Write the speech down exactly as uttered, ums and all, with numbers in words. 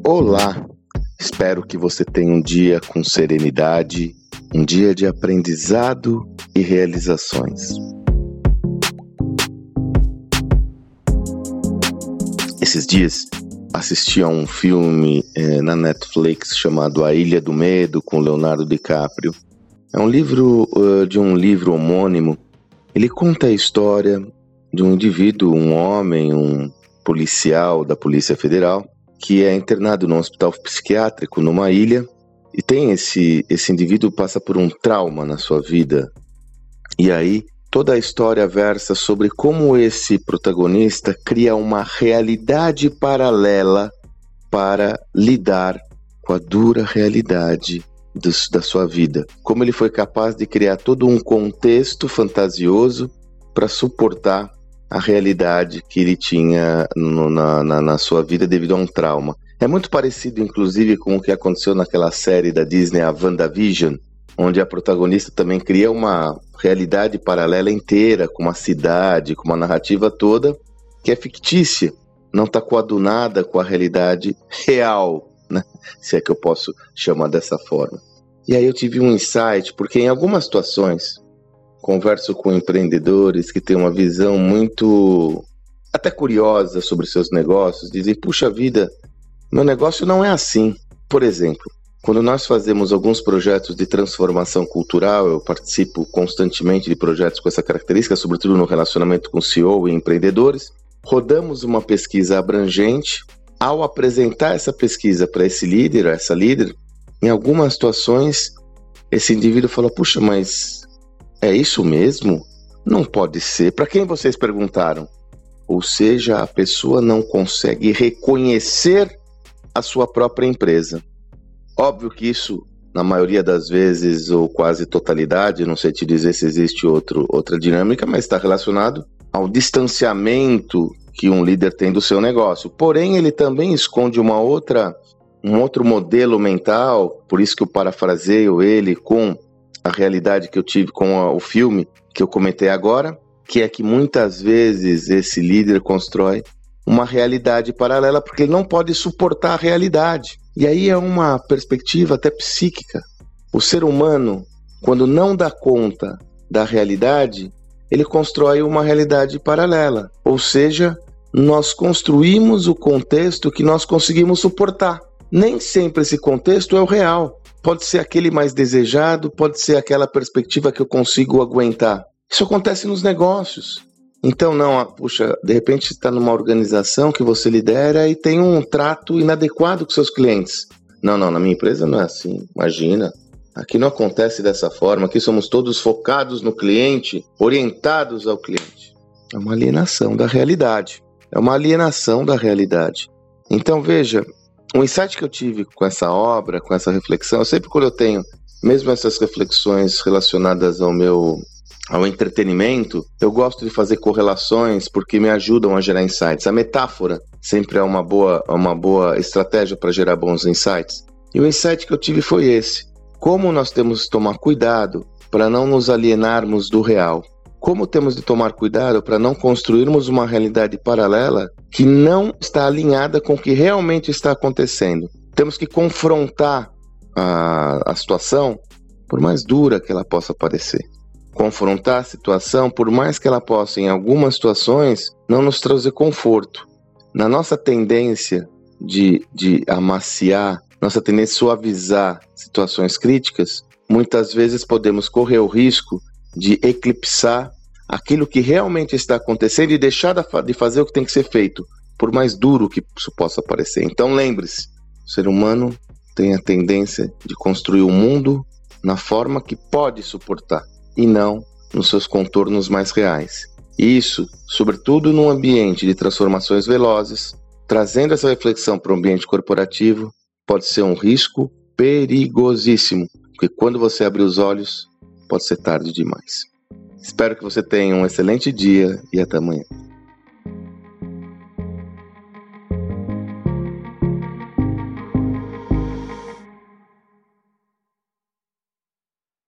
Olá, espero que você tenha um dia com serenidade, um dia de aprendizado e realizações. Esses dias assisti a um filme eh, na Netflix chamado A Ilha do Medo, com Leonardo DiCaprio. É um livro uh, de um livro homônimo. Ele conta a história de um indivíduo, um homem, um policial da Polícia Federal, que é internado num hospital psiquiátrico numa ilha, e tem esse, esse indivíduo passa por um trauma na sua vida. E aí toda a história versa sobre como esse protagonista cria uma realidade paralela para lidar com a dura realidade dos, da sua vida. Como ele foi capaz de criar todo um contexto fantasioso para suportar a realidade que ele tinha no, na, na, na sua vida devido a um trauma. É muito parecido, inclusive, com o que aconteceu naquela série da Disney, a WandaVision, onde a protagonista também cria uma realidade paralela inteira, com uma cidade, com uma narrativa toda, que é fictícia, não está coadunada com a realidade real, né? Se é que eu posso chamar dessa forma. E aí eu tive um insight, porque em algumas situações, converso com empreendedores que têm uma visão muito, até curiosa sobre seus negócios, dizem, puxa vida, meu negócio não é assim. Por exemplo, quando nós fazemos alguns projetos de transformação cultural, eu participo constantemente de projetos com essa característica, sobretudo no relacionamento com C E O e empreendedores, rodamos uma pesquisa abrangente. Ao apresentar essa pesquisa para esse líder, essa líder, em algumas situações, esse indivíduo falou, puxa, mas é isso mesmo? Não pode ser. Para quem vocês perguntaram? Ou seja, a pessoa não consegue reconhecer a sua própria empresa. Óbvio que isso, na maioria das vezes, ou quase totalidade, não sei te dizer se existe outro, outra dinâmica, mas está relacionado ao distanciamento que um líder tem do seu negócio. Porém, ele também esconde uma outra, um outro modelo mental, por isso que eu parafraseio ele com a realidade que eu tive com a, o filme que eu comentei agora, que é que muitas vezes esse líder constrói uma realidade paralela porque ele não pode suportar a realidade. E aí é uma perspectiva até psíquica. O ser humano, quando não dá conta da realidade, ele constrói uma realidade paralela. Ou seja, nós construímos o contexto que nós conseguimos suportar. Nem sempre esse contexto é o real. Pode ser aquele mais desejado, pode ser aquela perspectiva que eu consigo aguentar. Isso acontece nos negócios. Então, não, puxa, de repente você está numa organização que você lidera e tem um trato inadequado com seus clientes. Não, não, na minha empresa não é assim, imagina. Aqui não acontece dessa forma, aqui somos todos focados no cliente, orientados ao cliente. É uma alienação da realidade. É uma alienação da realidade. Então, veja, o insight que eu tive com essa obra, com essa reflexão, sempre quando eu tenho, mesmo essas reflexões relacionadas ao meu... ao entretenimento, eu gosto de fazer correlações porque me ajudam a gerar insights. A metáfora sempre é uma boa, uma boa estratégia para gerar bons insights. E o insight que eu tive foi esse. Como nós temos que tomar cuidado para não nos alienarmos do real? Como temos de tomar cuidado para não construirmos uma realidade paralela que não está alinhada com o que realmente está acontecendo? Temos que confrontar a, a situação, por mais dura que ela possa parecer. Confrontar a situação, por mais que ela possa, em algumas situações, não nos trazer conforto. Na nossa tendência de, de amaciar, nossa tendência de suavizar situações críticas, muitas vezes podemos correr o risco de eclipsar aquilo que realmente está acontecendo e deixar de fazer o que tem que ser feito, por mais duro que isso possa parecer. Então lembre-se, o ser humano tem a tendência de construir o mundo na forma que pode suportar, e não nos seus contornos mais reais. Isso, sobretudo num ambiente de transformações velozes, trazendo essa reflexão para o ambiente corporativo, pode ser um risco perigosíssimo, porque quando você abrir os olhos, pode ser tarde demais. Espero que você tenha um excelente dia e até amanhã.